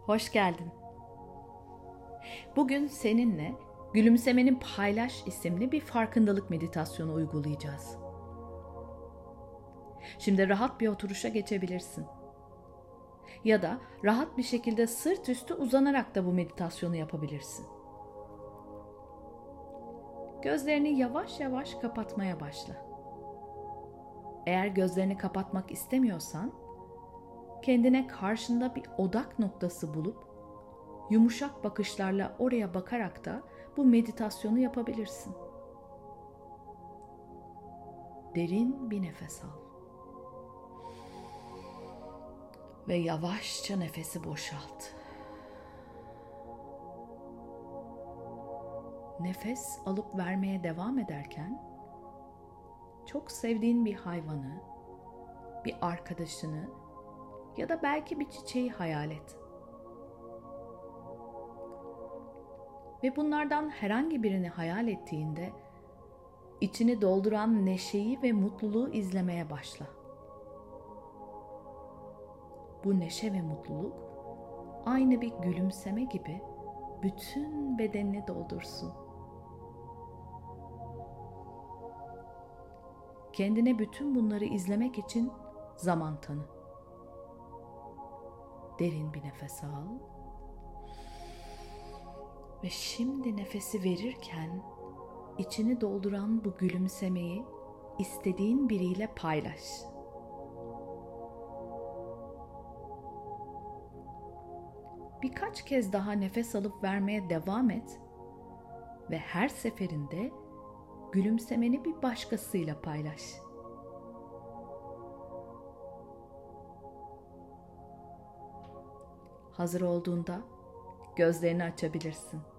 Hoş geldin. Bugün seninle Gülümsemeni Paylaş isimli bir farkındalık meditasyonu uygulayacağız. Şimdi rahat bir oturuşa geçebilirsin. Ya da rahat bir şekilde sırt üstü uzanarak da bu meditasyonu yapabilirsin. Gözlerini yavaş yavaş kapatmaya başla. Eğer gözlerini kapatmak istemiyorsan, kendine karşında bir odak noktası bulup yumuşak bakışlarla oraya bakarak da bu meditasyonu yapabilirsin. Derin bir nefes al. Ve yavaşça nefesi boşalt. Nefes alıp vermeye devam ederken çok sevdiğin bir hayvanı, bir arkadaşını ya da belki bir çiçeği hayal et. Ve bunlardan herhangi birini hayal ettiğinde içini dolduran neşeyi ve mutluluğu izlemeye başla. Bu neşe ve mutluluk aynı bir gülümseme gibi bütün bedenini doldursun. Kendine bütün bunları izlemek için zaman tanı. Derin bir nefes al. Ve şimdi nefesi verirken içini dolduran bu gülümsemeyi istediğin biriyle paylaş. Birkaç kez daha nefes alıp vermeye devam et ve her seferinde gülümsemeni bir başkasıyla paylaş. Hazır olduğunda gözlerini açabilirsin.